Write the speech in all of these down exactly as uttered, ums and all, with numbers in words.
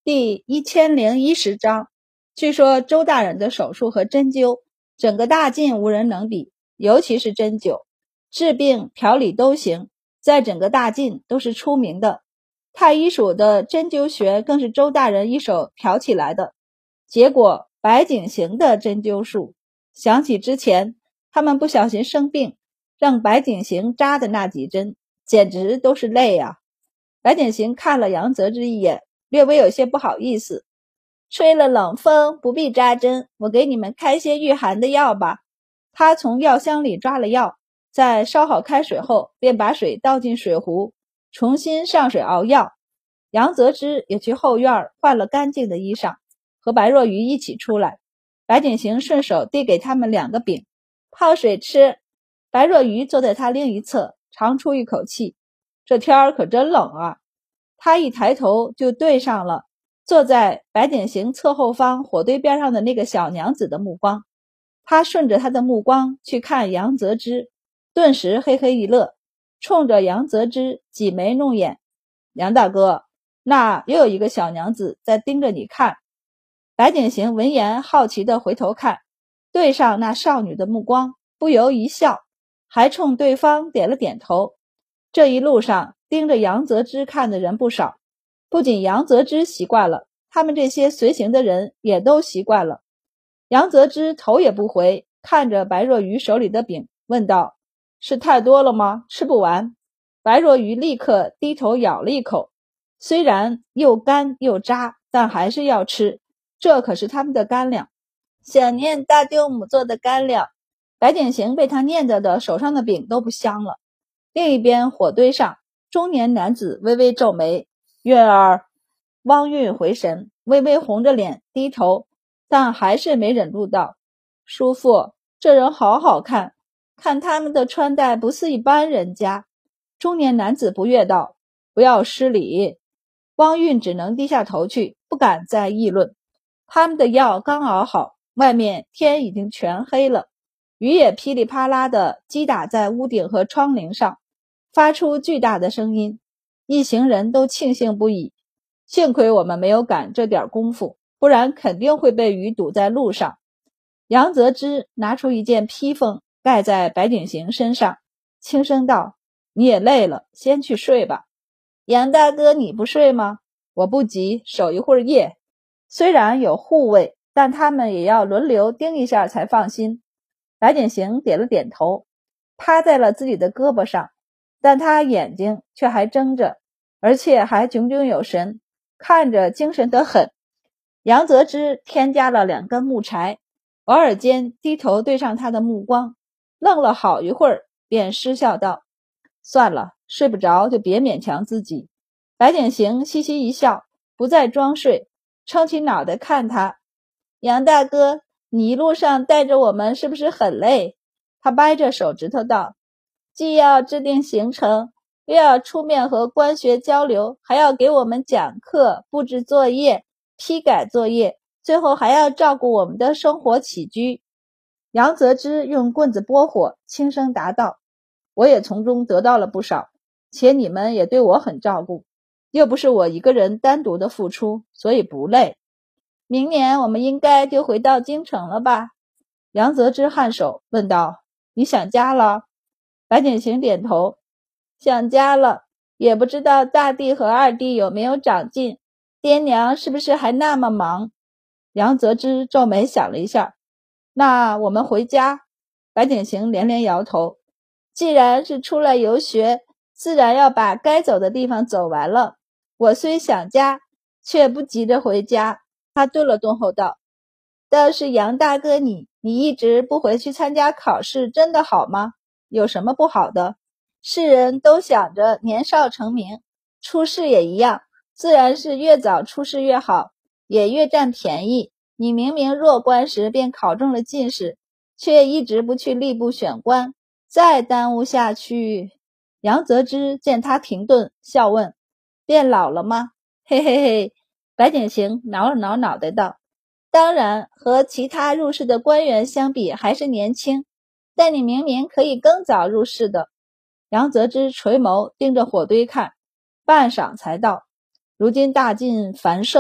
第一千零一十章，据说周大人的手术和针灸，整个大晋无人能比，尤其是针灸，治病调理都行，在整个大晋都是出名的。太医署的针灸学更是周大人一手挑起来的。结果白景行的针灸术，想起之前他们不小心生病，让白景行扎的那几针，简直都是泪啊！白景行看了杨泽之一眼，略微有些不好意思，吹了冷风，不必扎针，我给你们开些御寒的药吧。他从药箱里抓了药，在烧好开水后，便把水倒进水壶，重新上水熬药。杨泽之也去后院换了干净的衣裳，和白若愚一起出来。白景行顺手递给他们两个饼，泡水吃。白若愚坐在他另一侧，长出一口气，这天儿可真冷啊。他一抬头就对上了坐在白景行侧后方火堆边上的那个小娘子的目光。他顺着他的目光去看杨泽之，顿时嘿嘿一乐，冲着杨泽之挤眉弄眼。杨大哥，那又有一个小娘子在盯着你看。白景行闻言好奇地回头看，对上那少女的目光，不由一笑，还冲对方点了点头。这一路上盯着杨泽之看的人不少，不仅杨泽之习惯了，他们这些随行的人也都习惯了。杨泽之头也不回，看着白若愚手里的饼，问道：是太多了吗？吃不完？白若愚立刻低头咬了一口，虽然又干又渣，但还是要吃，这可是他们的干粮，想念大舅母做的干粮。白景行被他念着的手上的饼都不香了。另一边火堆上，中年男子微微皱眉，韵儿。汪韵回神，微微红着脸低头，但还是没忍住道：叔父，这人好好看，看他们的穿戴不似一般人家。中年男子不悦道：不要失礼。汪韵只能低下头去，不敢再议论。他们的药刚熬好，外面天已经全黑了，雨也噼里啪啦地击打在屋顶和窗棂上，发出巨大的声音。一行人都庆幸不已，幸亏我们没有赶这点功夫，不然肯定会被雨堵在路上。杨泽之拿出一件披风盖在白景行身上，轻声道：你也累了，先去睡吧。杨大哥，你不睡吗？我不急，守一会儿夜。虽然有护卫，但他们也要轮流盯一下才放心。白景行点了点头，趴在了自己的胳膊上，但他眼睛却还睁着，而且还炯炯有神，看着精神得很。杨泽之添加了两根木柴，偶尔间低头对上他的目光，愣了好一会儿，便失笑道：算了，睡不着就别勉强自己。白景行嘻嘻一笑，不再装睡，撑起脑袋看他：杨大哥，你一路上带着我们是不是很累？他掰着手指头道：既要制定行程，又要出面和官学交流，还要给我们讲课、布置作业、批改作业，最后还要照顾我们的生活起居。杨泽之用棍子拨火，轻声答道：我也从中得到了不少，且你们也对我很照顾，又不是我一个人单独的付出，所以不累。明年我们应该就回到京城了吧？杨泽之颔首问道：你想家了？白景行点头：想家了，也不知道大弟和二弟有没有长进，爹娘是不是还那么忙？杨泽之皱眉想了一下：那我们回家？白景行连连摇头：既然是出来游学，自然要把该走的地方走完了。我虽想家，却不急着回家。他顿了顿后道：倒是杨大哥你，你一直不回去参加考试，真的好吗？有什么不好的？世人都想着年少成名，出世也一样，自然是越早出世越好，也越占便宜。你明明弱冠时便考中了进士，却一直不去吏部选官，再耽误下去。杨泽之见他停顿，笑问：变老了吗？嘿嘿嘿。白景行挠了挠脑袋道：当然，和其他入仕的官员相比还是年轻，但你明明可以更早入仕的。杨泽之垂眸盯着火堆看，半晌才道：如今大晋繁盛，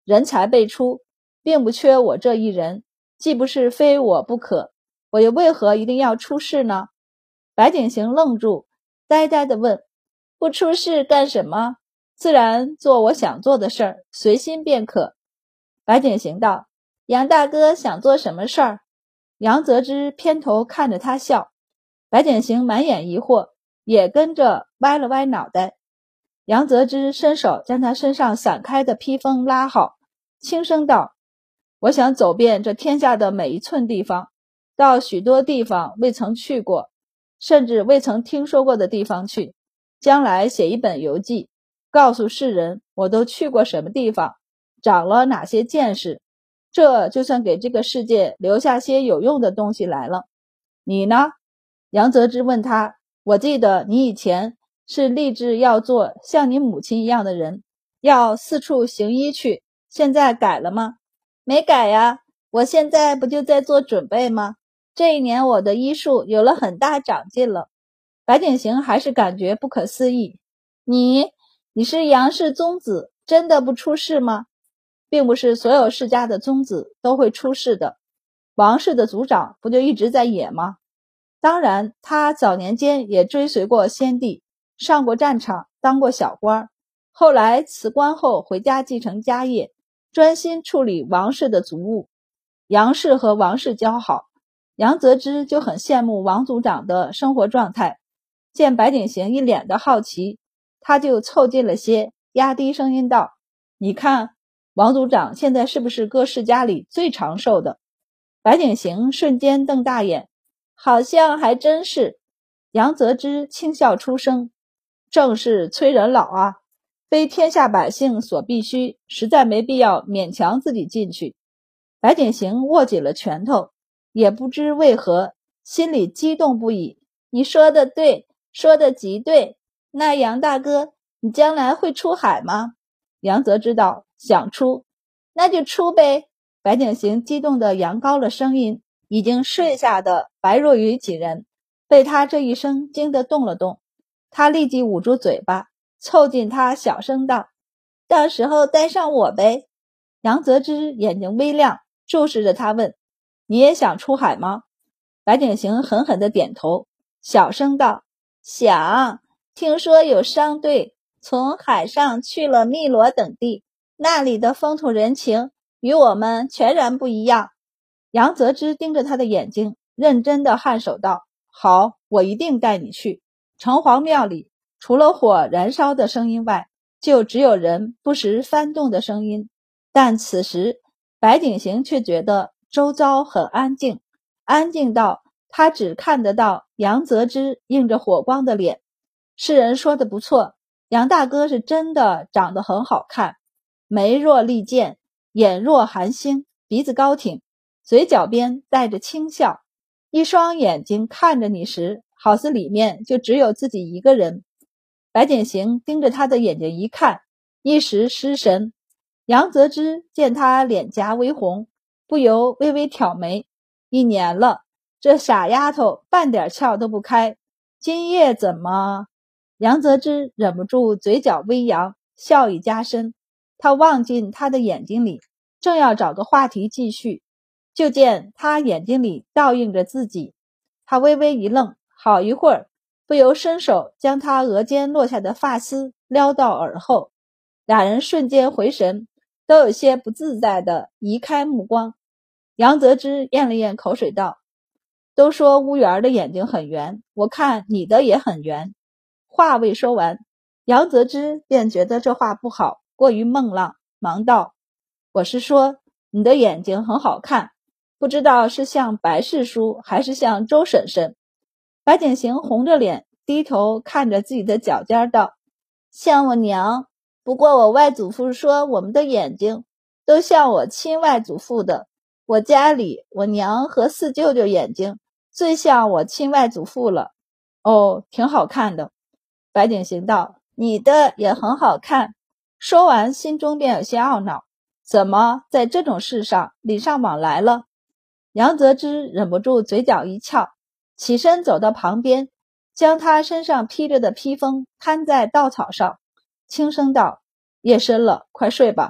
人才辈出，并不缺我这一人，既不是非我不可，我又为何一定要出仕呢？白景行愣住，呆呆地问：不出仕干什么？自然做我想做的事儿，随心便可。白景行道：杨大哥想做什么事儿？杨则之偏头看着他笑，白景行满眼疑惑，也跟着歪了歪脑袋。杨则之伸手将他身上散开的披风拉好，轻声道：我想走遍这天下的每一寸地方，到许多地方未曾去过，甚至未曾听说过的地方去，将来写一本游记，告诉世人我都去过什么地方，长了哪些见识，这就算给这个世界留下些有用的东西来了。你呢？杨则之问他。我记得你以前是立志要做像你母亲一样的人，要四处行医去，现在改了吗？没改呀，我现在不就在做准备吗？这一年我的医术有了很大长进了。白景行还是感觉不可思议。你你是杨氏宗子，真的不出仕吗？并不是所有世家的宗子都会出仕的，王氏的族长不就一直在野吗？当然他早年间也追随过先帝，上过战场，当过小官，后来辞官后回家继承家业，专心处理王氏的族务。杨氏和王氏交好，杨则之就很羡慕王族长的生活状态，见白景行一脸的好奇，他就凑近了些，压低声音道：你看王族长现在是不是各世家里最长寿的？白景行瞬间瞪大眼，好像还真是。杨则之轻笑出声：正是催人老啊，非天下百姓所必须，实在没必要勉强自己进去。白景行握紧了拳头，也不知为何心里激动不已。你说的对，说的极对。那杨大哥，你将来会出海吗？杨则之道：想出，那就出呗。白景行激动地扬高了声音，已经睡下的白若愚几人被他这一声惊得动了动，他立即捂住嘴巴，凑近他小声道：到时候带上我呗。杨则之眼睛微亮，注视着他问：你也想出海吗？白景行狠狠地点头，小声道：想，听说有商队从海上去了汨罗等地，那里的风土人情与我们全然不一样。杨则之盯着他的眼睛，认真地颔首道：好，我一定带你去。城隍庙里除了火燃烧的声音外，就只有人不时翻动的声音。但此时白景行却觉得周遭很安静，安静到他只看得到杨则之映着火光的脸。世人说的不错，杨大哥是真的长得很好看，眉若利剑，眼若寒星，鼻子高挺，嘴角边带着轻笑，一双眼睛看着你时，好似里面就只有自己一个人。白景行盯着他的眼睛一看，一时失神。杨则之见他脸颊微红，不由微微挑眉，一年了，这傻丫头半点窍都不开，今夜怎么？杨则之忍不住嘴角微扬，笑意加深。他望进他的眼睛里，正要找个话题继续，就见他眼睛里倒映着自己。他微微一愣，好一会儿，不由伸手将他额间落下的发丝撩到耳后。俩人瞬间回神，都有些不自在地移开目光。杨则之咽了咽口水道：都说乌园的眼睛很圆，我看你的也很圆。话未说完，杨则之便觉得这话不好，过于孟浪，忙道：我是说你的眼睛很好看，不知道是像白氏叔还是像周婶婶。白景行红着脸低头看着自己的脚尖道：像我娘，不过我外祖父说我们的眼睛都像我亲外祖父的，我家里我娘和四舅舅眼睛最像我亲外祖父了。哦，挺好看的。白景行道：你的也很好看。说完心中便有些懊恼，怎么在这种事上礼尚往来了？杨则之忍不住嘴角一翘，起身走到旁边，将他身上披着的披风摊在稻草上，轻声道：夜深了，快睡吧。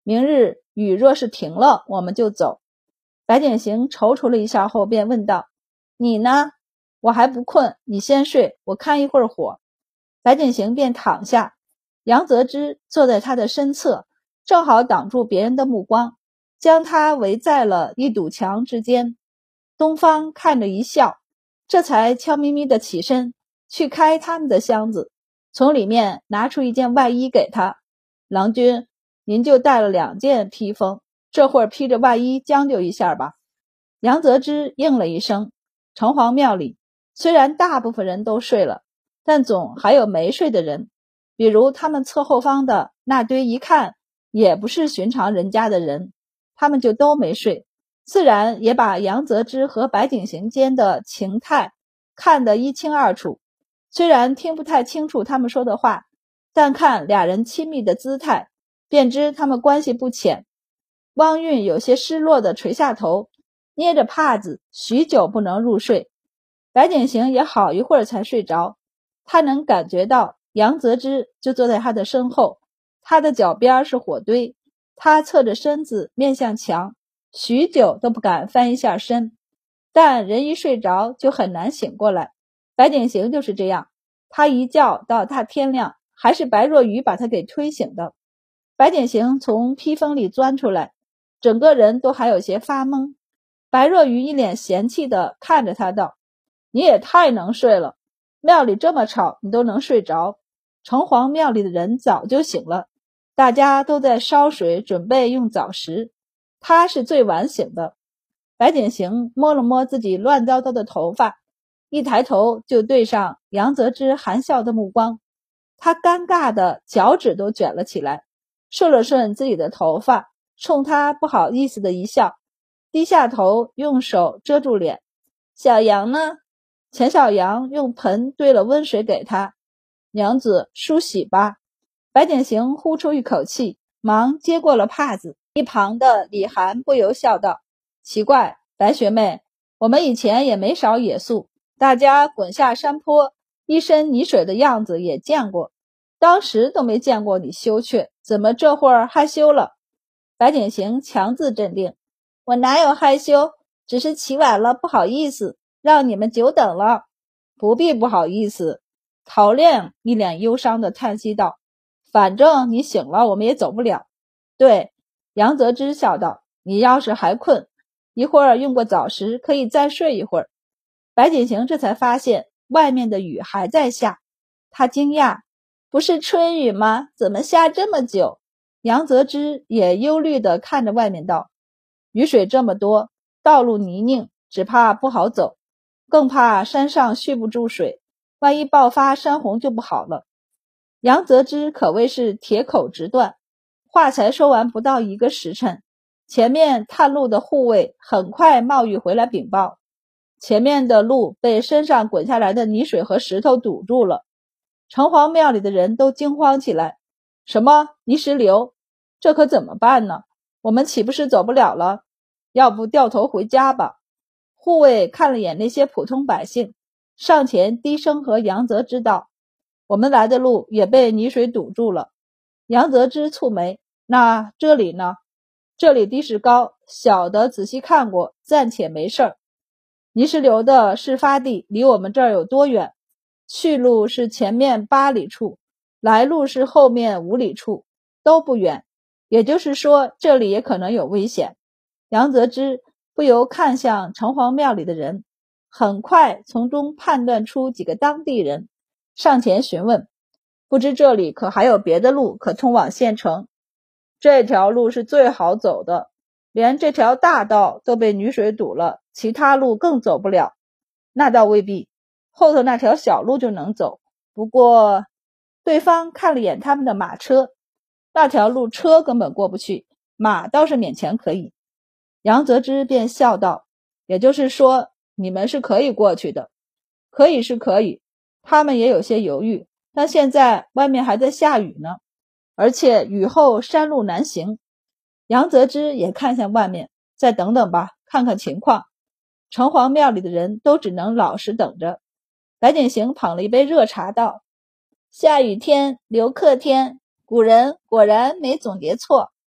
明日雨若是停了，我们就走。白景行踌躇了一下后便问道：你呢？我还不困，你先睡，我看一会儿火。白景行便躺下，杨则之坐在他的身侧，正好挡住别人的目光，将他围在了一堵墙之间。东方看着一笑，这才悄咪咪地起身去开他们的箱子，从里面拿出一件外衣给他。郎君，您就带了两件披风，这会儿披着外衣将就一下吧。杨则之应了一声。城隍庙里虽然大部分人都睡了，但总还有没睡的人，比如他们侧后方的那堆一看也不是寻常人家的人，他们就都没睡，自然也把杨则之和白景行间的情态看得一清二楚。虽然听不太清楚他们说的话，但看俩人亲密的姿态，便知他们关系不浅。汪韵有些失落地垂下头，捏着帕子，许久不能入睡。白景行也好一会儿才睡着，他能感觉到杨则之就坐在他的身后，他的脚边是火堆，他侧着身子面向墙，许久都不敢翻一下身。但人一睡着就很难醒过来，白景行就是这样，他一觉到大天亮，还是白若愚把他给推醒的。白景行从披风里钻出来，整个人都还有些发懵。白若愚一脸嫌弃地看着他道：你也太能睡了，庙里这么吵你都能睡着。城隍庙里的人早就醒了，大家都在烧水准备用早食，他是最晚醒的。白景行摸了摸自己乱糟糟的头发，一抬头就对上杨则之含笑的目光，他尴尬的脚趾都卷了起来，顺了顺自己的头发，冲他不好意思的一笑，低下头用手遮住脸。小杨呢？钱小杨用盆兑了温水给他。娘子梳洗吧。白景行呼出一口气，忙接过了帕子。一旁的李涵不由笑道：奇怪，白学妹，我们以前也没少野宿，大家滚下山坡一身泥水的样子也见过，当时都没见过你羞怯，怎么这会儿害羞了？白景行强自镇定：我哪有害羞，只是起晚了不好意思，让你们久等了。不必不好意思。陶亮一脸忧伤地叹息道：反正你醒了我们也走不了。对，杨则之笑道：你要是还困，一会儿用过早时可以再睡一会儿。白景行这才发现外面的雨还在下，他惊讶：不是春雨吗？怎么下这么久？杨则之也忧虑地看着外面道：雨水这么多，道路泥泞，只怕不好走，更怕山上蓄不住水，万一爆发山洪就不好了。杨则之可谓是铁口直断，话才说完不到一个时辰，前面探路的护卫很快冒雨回来禀报，前面的路被身上滚下来的泥水和石头堵住了。城隍庙里的人都惊慌起来：什么泥石流？这可怎么办呢？我们岂不是走不了了？要不掉头回家吧。护卫看了眼那些普通百姓，上前低声和杨则之道：我们来的路也被泥水堵住了。杨则之蹙眉：那这里呢？这里地势高，小的仔细看过，暂且没事儿。泥石流的事发地离我们这儿有多远？去路是前面八里处，来路是后面五里处，都不远，也就是说这里也可能有危险。杨则之不由看向城隍庙里的人，很快从中判断出几个当地人，上前询问：不知这里可还有别的路可通往县城？这条路是最好走的，连这条大道都被泥水堵了，其他路更走不了。那倒未必，后头那条小路就能走，不过对方看了眼他们的马车，那条路车根本过不去，马倒是勉强可以。杨则之便笑道：也就是说你们是可以过去的。可以是可以，他们也有些犹豫，但现在外面还在下雨呢，而且雨后山路难行。杨则之也看向外面，再等等吧，看看情况。城隍庙里的人都只能老实等着。白景行捧了一杯热茶道：下雨天留客天，古人果然没总结错。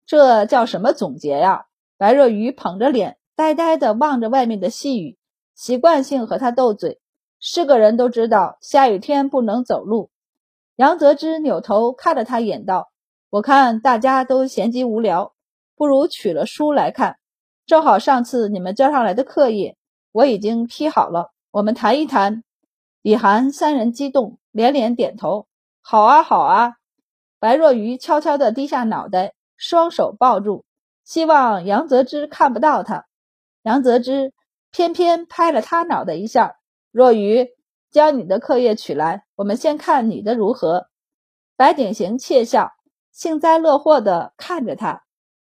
这叫什么总结呀？白若愚捧着脸呆呆地望着外面的细雨，习惯性和他斗嘴。是个人都知道下雨天不能走路。杨则之扭头看了他眼道，我看大家都闲极无聊，不如取了书来看，正好上次你们交上来的课业我已经批好了，我们谈一谈。李涵三人激动，连连点头，好啊好啊。白若愚悄悄地低下脑袋，双手抱住，希望杨则之看不到他。杨则之偏偏拍了他脑袋一下，若愚，将你的课业取来，我们先看你的如何。白景行窃笑，幸灾乐祸地看着他。